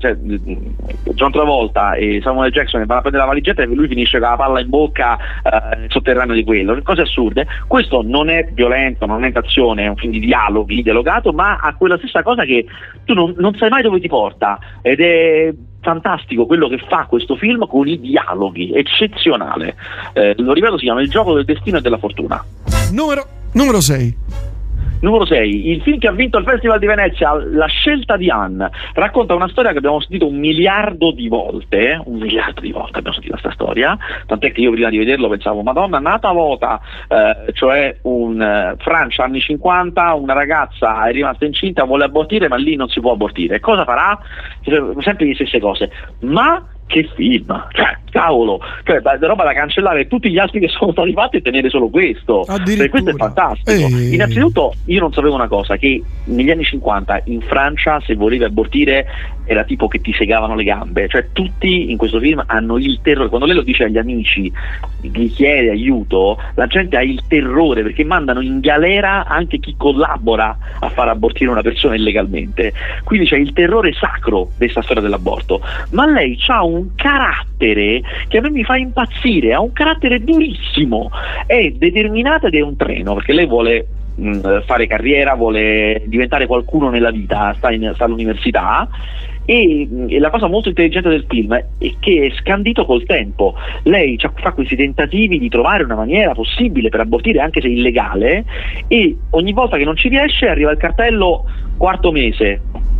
John Travolta e Samuel Jackson che vanno a prendere la valigetta e lui finisce con la palla in bocca nel sotterraneo di quello, cose assurde. Questo non è violento, non è d'azione, è un film di dialogato, ma ha quella stessa cosa che tu non sai mai dove ti porta, ed è fantastico quello che fa questo film con i dialoghi, eccezionale. Lo ripeto, si chiama Il gioco del destino e della fortuna. Numero 6. Numero 6, il film che ha vinto il Festival di Venezia, La scelta di Anne, racconta una storia che abbiamo sentito 1 miliardo di volte. 1 miliardo di volte abbiamo sentito questa storia, tant'è che io prima di vederlo pensavo: Madonna, nata vota, cioè Francia anni 50, una ragazza è rimasta incinta, vuole abortire, ma lì non si può abortire. Cosa farà? Sempre le stesse cose. Ma che film, cioè cavolo, cioè roba da cancellare tutti gli altri che sono stati fatti e tenere solo questo, perché questo è fantastico. Innanzitutto io non sapevo una cosa, che negli anni 50 in Francia se volevi abortire era tipo che ti segavano le gambe, cioè tutti in questo film hanno il terrore. Quando lei lo dice agli amici, gli chiede aiuto, la gente ha il terrore, perché mandano in galera anche chi collabora a far abortire una persona illegalmente, quindi c'è il terrore sacro di questa storia dell'aborto. Ma lei ha un carattere che a me mi fa impazzire, ha un carattere durissimo, è determinata ed è un treno, perché lei vuole fare carriera, vuole diventare qualcuno nella vita, sta all'università, e la cosa molto intelligente del film è che è scandito col tempo. Lei fa questi tentativi di trovare una maniera possibile per abortire anche se illegale, e ogni volta che non ci riesce arriva il cartello 4º mese,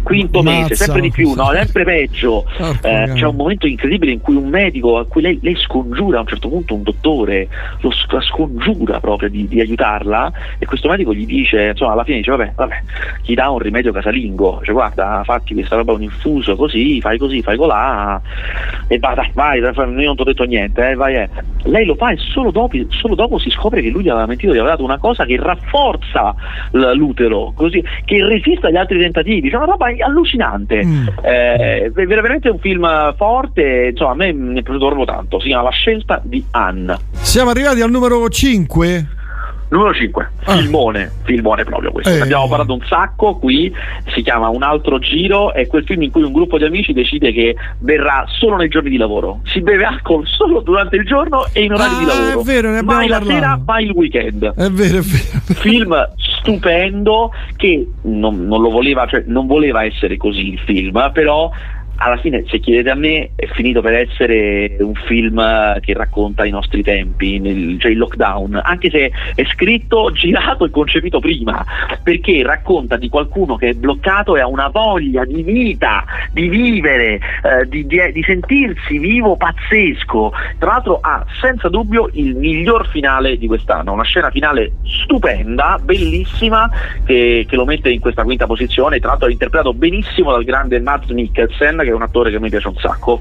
quinto mese, sempre di più, no, sempre peggio. C'è un momento incredibile in cui un medico a cui lei scongiura a un certo punto, un dottore la scongiura proprio di aiutarla, e questo medico gli dice, insomma alla fine dice vabbè, gli dà un rimedio casalingo, cioè guarda, fatti questa roba, un infuso così, fai colà e vai, io non ti ho detto niente, vai. Lei lo fa e solo dopo si scopre che lui gli aveva mentito, gli aveva dato una cosa che rafforza l'utero, così, che resiste agli altri tentativi. C'è una roba allucinante. Veramente un film forte, insomma a me mi è piaciuto proprio tanto. Si chiama La scelta di Anne. Siamo arrivati al numero 5. Numero 5, filmone proprio questo. Ne abbiamo parlato un sacco qui, si chiama Un altro giro, è quel film in cui un gruppo di amici decide che berrà solo nei giorni di lavoro, si beve alcol solo durante il giorno e in orari di lavoro. È vero, ne abbiamo mai parlato. La sera, mai il weekend. È vero. Film stupendo che non voleva essere così il film, però alla fine, se chiedete a me, è finito per essere un film che racconta i nostri tempi, cioè il lockdown, anche se è scritto, girato e concepito prima, perché racconta di qualcuno che è bloccato e ha una voglia di vita, di vivere, di sentirsi vivo pazzesco. Tra l'altro ha senza dubbio il miglior finale di quest'anno, una scena finale stupenda, bellissima, che lo mette in questa quinta posizione. Tra l'altro è interpretato benissimo dal grande Mads Mikkelsen, che è un attore che mi piace un sacco.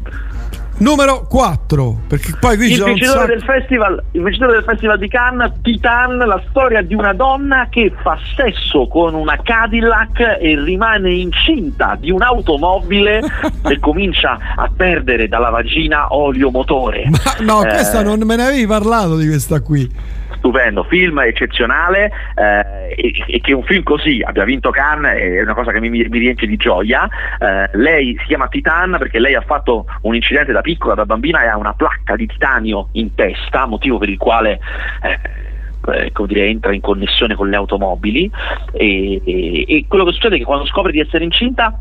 Numero 4, perché poi qui il vincitore del festival di Cannes, Titan, la storia di una donna che fa sesso con una Cadillac e rimane incinta di un'automobile e comincia a perdere dalla vagina olio motore. Ma no, questa non me ne avevi parlato di questa qui. Stupendo, film eccezionale, e che un film così abbia vinto Cannes è una cosa che mi riempie di gioia. Lei si chiama Titan perché lei ha fatto un incidente da piccola, da bambina, e ha una placca di titanio in testa, motivo per il quale entra in connessione con le automobili, e quello che succede è che quando scopre di essere incinta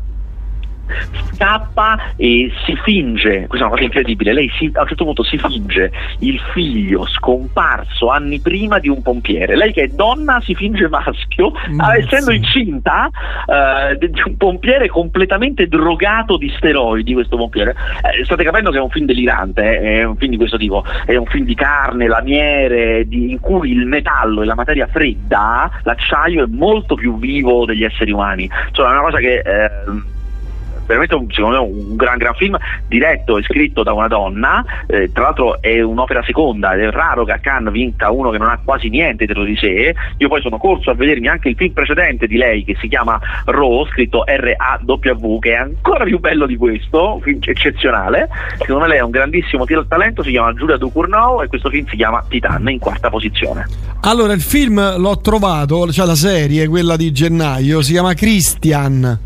scappa e si finge, questa è una cosa incredibile, lei a un certo punto si finge il figlio scomparso anni prima di un pompiere. Lei che è donna si finge maschio, essendo incinta di un pompiere completamente drogato di steroidi. Questo pompiere, state capendo che è un film delirante, è un film di questo tipo, è un film di carne, lamiere, in cui il metallo e la materia fredda, l'acciaio, è molto più vivo degli esseri umani. Insomma, è una cosa che veramente secondo me un gran film, diretto e scritto da una donna. Tra l'altro è un'opera seconda, è raro che a Cannes vinca uno che non ha quasi niente dietro di sé. Io poi sono corso a vedermi anche il film precedente di lei, che si chiama Raw, scritto R-A-W, che è ancora più bello di questo, un film eccezionale. Secondo me lei è un grandissimo talento, si chiama Julia Ducournau, e questo film si chiama Titan, in quarta posizione. Allora, il film l'ho trovato, cioè la serie, quella di gennaio, si chiama Christian.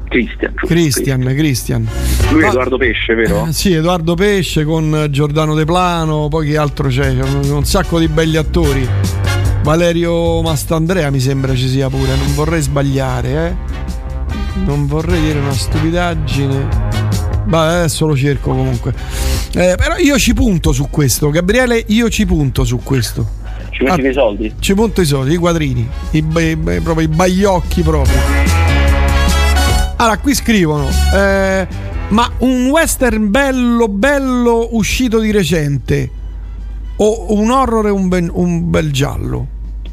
Lui è Edoardo Pesce, vero? Sì, Edoardo Pesce con Giordano De Plano, poi chi altro c'è? C'è un sacco di belli attori. Valerio Mastandrea mi sembra ci sia pure, non vorrei sbagliare, non vorrei dire una stupidaggine. Vabbè, adesso lo cerco comunque. Però io ci punto su questo, Gabriele, ci punto su questo. Ci metti dei soldi? Ci punto i soldi, i quadrini, proprio i baiocchi proprio. Allora, qui scrivono ma un western bello uscito di recente, o un horror e un bel giallo?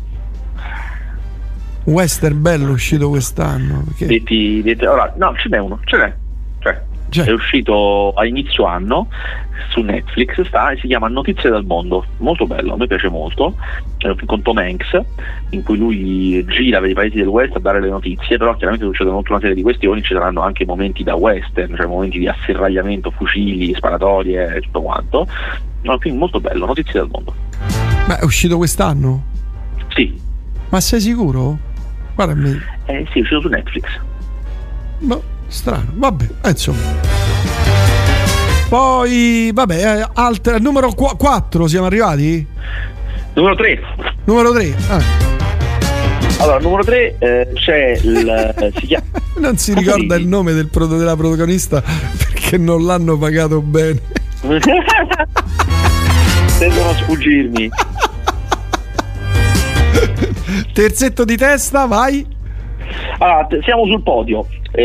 Un western bello uscito quest'anno? Allora, no, ce n'è uno, è uscito a inizio anno su Netflix, e si chiama Notizie dal mondo, molto bello, a me piace molto. È un film con Tom Hanks in cui lui gira per i paesi del West a dare le notizie, però chiaramente succedono tutta una serie di questioni, ci saranno anche momenti da western, cioè momenti di asserragliamento, fucili, sparatorie e tutto quanto. È un film molto bello, Notizie dal mondo. Ma è uscito quest'anno? Sì. Ma sei sicuro? Guarda me. Sì, è uscito su Netflix. Boh, strano, vabbè, insomma. Poi, vabbè, numero 4 siamo arrivati? Numero 3. Allora, numero 3 c'è si chiama... Non si ricorda il nome della protagonista perché non l'hanno pagato bene. Tendono a sfuggirmi. Terzetto di testa, vai. Allora, siamo sul podio.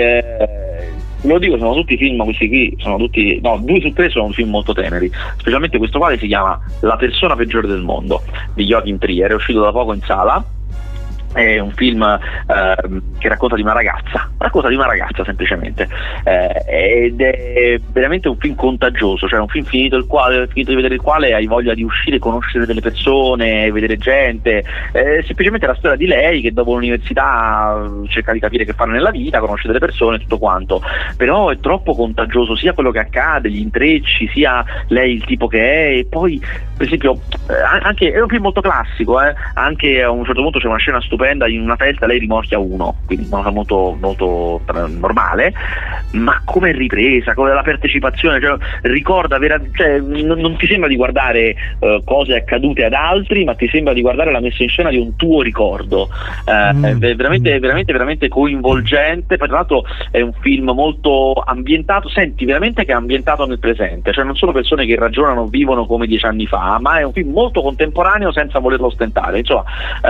Lo dico, sono tutti film, questi qui sono tutti, no, 2 su 3 sono film molto teneri, specialmente questo quale si chiama La persona peggiore del mondo di Joachim Trier, è uscito da poco in sala. È un film che racconta di una ragazza semplicemente, ed è veramente un film contagioso, cioè un film finito di vedere il quale hai voglia di uscire, conoscere delle persone, vedere gente, semplicemente la storia di lei che dopo l'università cerca di capire che fare nella vita, conosce delle persone, tutto quanto, però è troppo contagioso sia quello che accade, gli intrecci, sia lei il tipo che è, e poi per esempio anche è un film molto classico, anche a un certo punto c'è una scena stupenda in una festa, lei rimorchia uno, quindi una cosa molto, molto normale, ma come è ripresa, come la partecipazione, cioè, ricorda non ti sembra di guardare cose accadute ad altri, ma ti sembra di guardare la messa in scena di un tuo ricordo, è veramente coinvolgente. Poi tra l'altro è un film molto ambientato, senti veramente che è ambientato nel presente, cioè non sono persone che ragionano, vivono come 10 anni fa, ma è un film molto contemporaneo senza volerlo ostentare, insomma.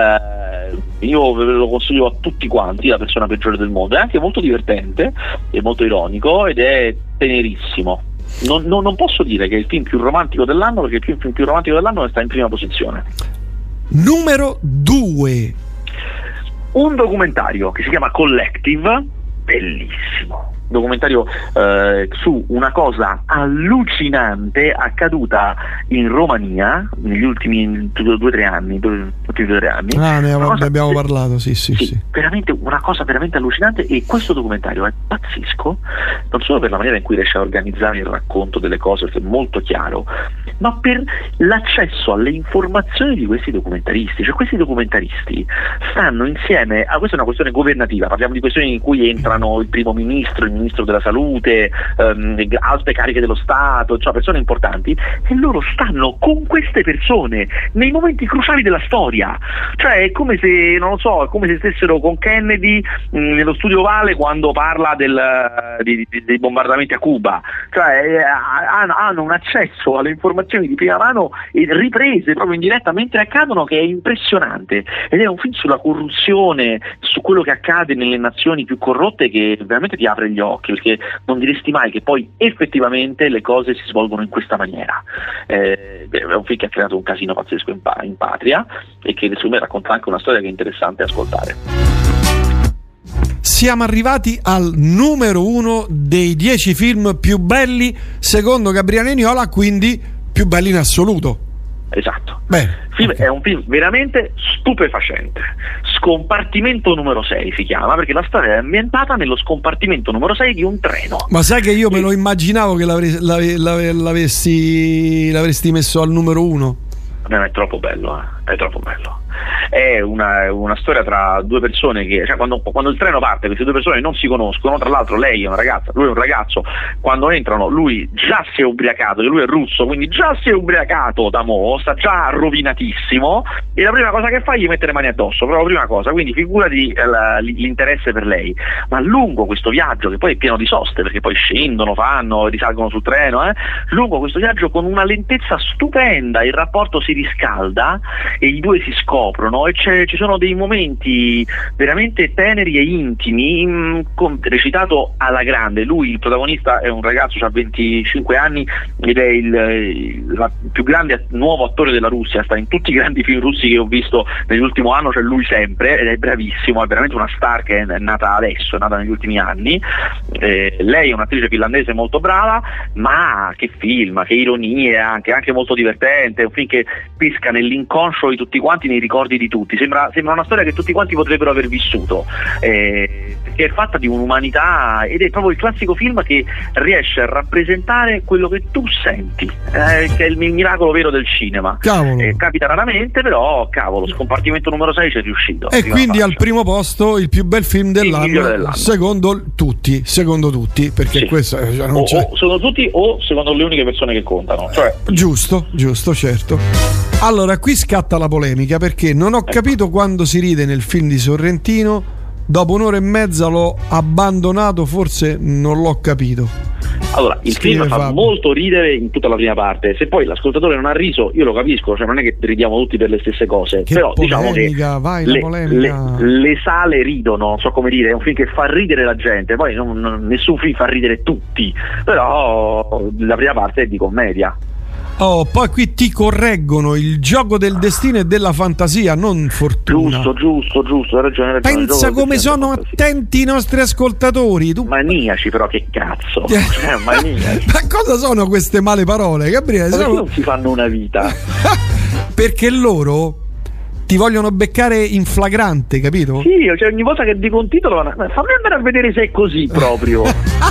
Io ve lo consiglio a tutti quanti, La persona peggiore del mondo. È anche molto divertente, è molto ironico ed è tenerissimo. Non posso dire che è il film più romantico dell'anno, perché il film più romantico dell'anno sta in prima posizione. Numero 2. Un documentario che si chiama Collective, bellissimo. Documentario su una cosa allucinante accaduta in Romania negli ultimi 2-3 anni. Ne abbiamo parlato, sì. Veramente una cosa veramente allucinante, e questo documentario è pazzesco, non solo per la maniera in cui riesce a organizzare il racconto delle cose, perché è molto chiaro, ma per l'accesso alle informazioni di questi documentaristi. Cioè questi documentaristi stanno insieme a, questa è una questione governativa, parliamo di questioni in cui entrano il primo ministro, il ministro della salute, alte cariche dello Stato, cioè persone importanti, e loro stanno con queste persone nei momenti cruciali della storia. Cioè è come se, non lo so, è come se stessero con Kennedy nello studio Ovale quando parla dei bombardamenti a Cuba. Cioè hanno un accesso alle informazioni di prima mano e riprese proprio in diretta mentre accadono, che è impressionante, ed è un film sulla corruzione, su quello che accade nelle nazioni più corrotte, che veramente ti apre gli occhi, perché non diresti mai che poi effettivamente le cose si svolgono in questa maniera. È un film che ha creato un casino pazzesco in patria, e che secondo me racconta anche una storia che è interessante ascoltare. Siamo arrivati al numero 1 dei 10 film più belli secondo Gabriele Niola, quindi più belli in assoluto. Esatto. Bene, okay. È un film veramente stupefacente. Scompartimento numero 6 si chiama, perché la storia è ambientata nello scompartimento numero 6 di un treno. Ma sai che io me lo immaginavo che l'avresti messo al numero 1? È troppo bello, è troppo bello. È una storia tra due persone che, cioè, quando il treno parte, queste due persone non si conoscono, tra l'altro lei è una ragazza, lui è un ragazzo. Quando entrano lui già si è ubriacato, lui è russo, quindi già si è ubriacato da mo', sta già rovinatissimo, e la prima cosa che fa è gli mette le mani addosso, proprio la prima cosa, quindi figurati l'interesse per lei. Ma lungo questo viaggio, che poi è pieno di soste, perché poi scendono, risalgono sul treno, lungo questo viaggio con una lentezza stupenda il rapporto si riscalda e i due si scoprono, e ci sono dei momenti veramente teneri e intimi, recitato alla grande. Lui, il protagonista, è un ragazzo, ha 25 anni ed è il più grande nuovo attore della Russia, sta in tutti i grandi film russi che ho visto nell'ultimo anno, c'è lui sempre, ed è bravissimo, è veramente una star che è nata adesso, è nata negli ultimi anni. Lei è un'attrice finlandese molto brava, ma che film, che ironie, anche molto divertente, è un film che pesca nell'inconscio di tutti quanti, nei ricordi di tutti, sembra una storia che tutti quanti potrebbero aver vissuto, perché è fatta di un'umanità, ed è proprio il classico film che riesce a rappresentare quello che tu senti, che è il miracolo vero del cinema. Capita raramente, però cavolo, Scompartimento numero 6 c'è riuscito. E quindi al primo posto il più bel film dell'anno. Secondo tutti, perché sì. Questo non c'è. Secondo tutti, o secondo le uniche persone che contano, cioè. Giusto, certo. Allora, qui scatta la polemica, perché non ho capito quando si ride nel film di Sorrentino. Dopo un'ora e mezza l'ho abbandonato, forse non l'ho capito. Allora, il film fa molto ridere in tutta la prima parte, se poi l'ascoltatore non ha riso io lo capisco, cioè non è che ridiamo tutti per le stesse cose, che però polemica, diciamo che le sale ridono, so come dire, è un film che fa ridere la gente, poi nessun film fa ridere tutti, però la prima parte è di commedia. Oh, poi qui ti correggono, il gioco del destino e della fantasia, non fortuna. Giusto, hai ragione. Pensa come sono attenti i nostri ascoltatori. Tu... Maniaci, però, che cazzo. Maniaci. Ma cosa sono queste male parole, Gabriele? Perché non si fanno una vita? Perché loro ti vogliono beccare in flagrante, capito? Sì, cioè ogni volta che dico un titolo fammi andare a vedere se è così proprio.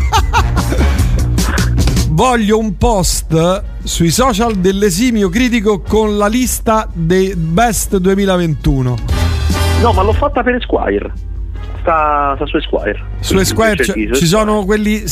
Voglio un post sui social dell'esimio critico con la lista dei best 2021. No, ma l'ho fatta per Esquire. Sta su Esquire. Su Esquire ci sono quelli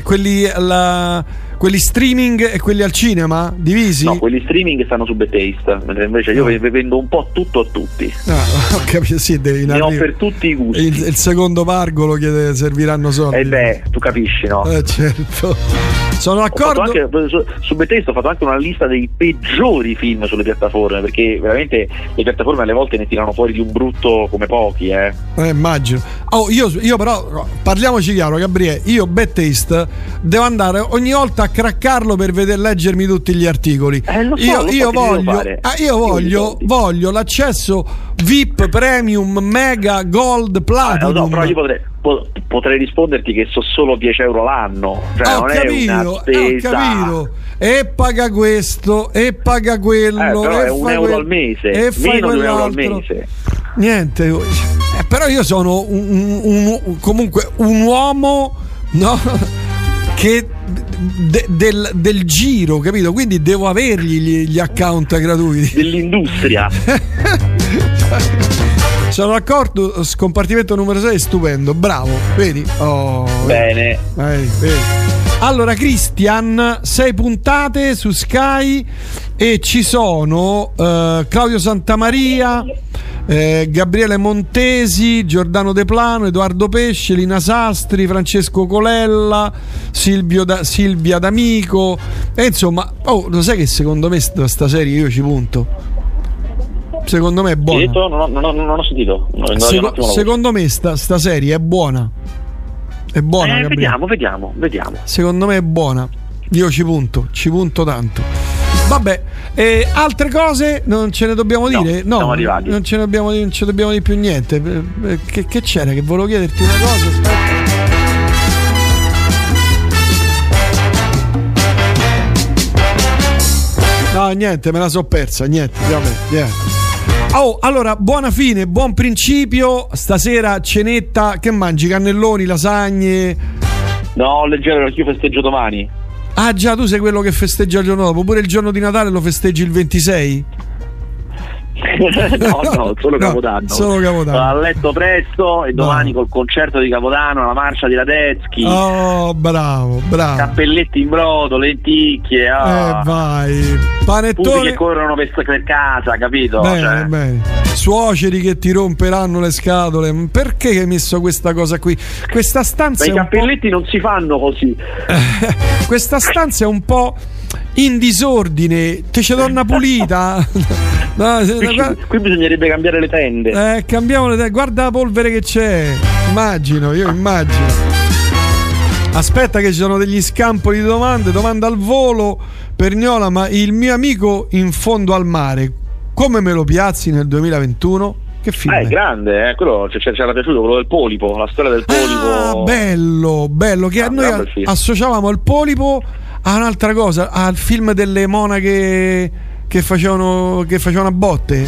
streaming e quelli al cinema divisi? No, quelli streaming stanno su Betaste, mentre invece io vendo un po' tutto a tutti. Ho capito, sì, devi ne ho per tutti i gusti. Il secondo pargolo che serviranno soldi. Tu capisci, no? Certo. Sono d'accordo. Su Bethesda ho fatto anche una lista dei peggiori film sulle piattaforme, perché veramente le piattaforme alle volte ne tirano fuori di un brutto come pochi, immagino. Io però parliamoci chiaro, Gabriele, io Bethesda devo andare ogni volta a craccarlo per leggermi tutti gli articoli. Io voglio l'accesso VIP, Premium, Mega, Gold, Platinum. No, però io potrei risponderti che so solo 10 euro l'anno, cioè non è una spesa. Ho capito. E paga questo e paga quello, però è €1 al mese, e meno di €1 al mese. Niente, però io sono comunque un uomo, no? Che del giro, capito? Quindi devo avergli gli account gratuiti dell'industria. Sono d'accordo, scompartimento numero 6 è stupendo, bravo, vedi? Bene. Vedi. Allora, Christian, 6 puntate su Sky e ci sono Claudio Santamaria, Gabriele Montesi, Giordano De Plano, Edoardo Pesce, Lina Sastri, Francesco Colella, Silvia D'Amico, e insomma, lo sai che secondo me sta serie io ci punto. Secondo me è buona. Non ho sentito. Secondo me sta serie è buona. È buona. Vediamo. Secondo me è buona. Io ci punto tanto. Vabbè, altre cose non ce ne dobbiamo dire? No, siamo arrivati. Non ci dobbiamo dire più niente. Che c'era? Che volevo chiederti una cosa. Aspetta. No, niente, me la so persa. Niente. Allora, buona fine, buon principio. Stasera cenetta, che mangi? Cannelloni, lasagne? No, leggero, perché io festeggio domani. Ah già, tu sei quello che festeggia il giorno dopo. Pure il giorno di Natale lo festeggi il 26? No, solo Capodanno. Solo Capodanno. A letto presto e domani col concerto di Capodanno, la marcia di Radetzky. Oh, bravo. Cappelletti in brodo, lenticchie. Vai. Panettone. Pupi che corrono per casa, capito? Bene. Suoceri che ti romperanno le scatole. Perché hai messo questa cosa qui? Questa stanza. Ma i cappelletti non si fanno così. Questa stanza è un po' in disordine. Te c'è donna pulita. Qui bisognerebbe cambiare le tende. Cambiamo le tende. Guarda la polvere che c'è. Immagino. Aspetta che ci sono degli scampoli di domanda al volo. Perniola, ma il mio amico in fondo al mare, come me lo piazzi nel 2021? Che film è? Grande, quello c'era piaciuto, quello del polipo, la storia del polipo. Bello, che noi associavamo il polipo a un'altra cosa, al film delle monache che facevano a botte.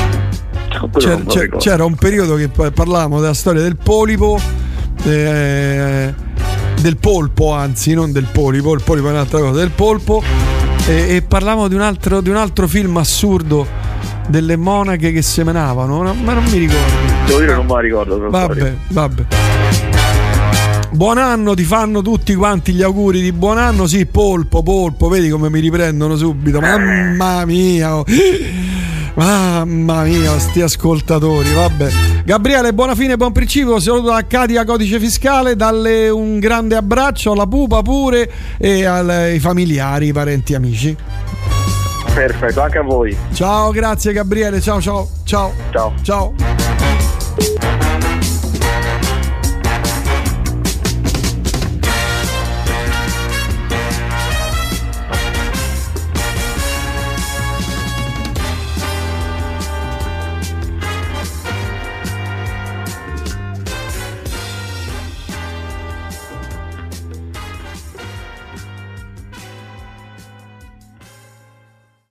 C'era un periodo che parlavamo della storia del polipo, del polpo, anzi, non del polipo. Il polipo è un'altra cosa, del polpo, e parlavamo di un altro film assurdo delle monache che semenavano, ma non mi ricordo. Devo dire, non me la ricordo. Vabbè. Buon anno, ti fanno tutti quanti gli auguri di buon anno. Sì, polpo, vedi come mi riprendono subito. Mamma mia, sti ascoltatori. Vabbè, Gabriele, buona fine, buon principio. Saluto a Katia Codice Fiscale, dalle un grande abbraccio alla pupa pure e ai familiari, i parenti, amici. Perfetto, anche a voi. Ciao, grazie Gabriele, ciao. Ciao.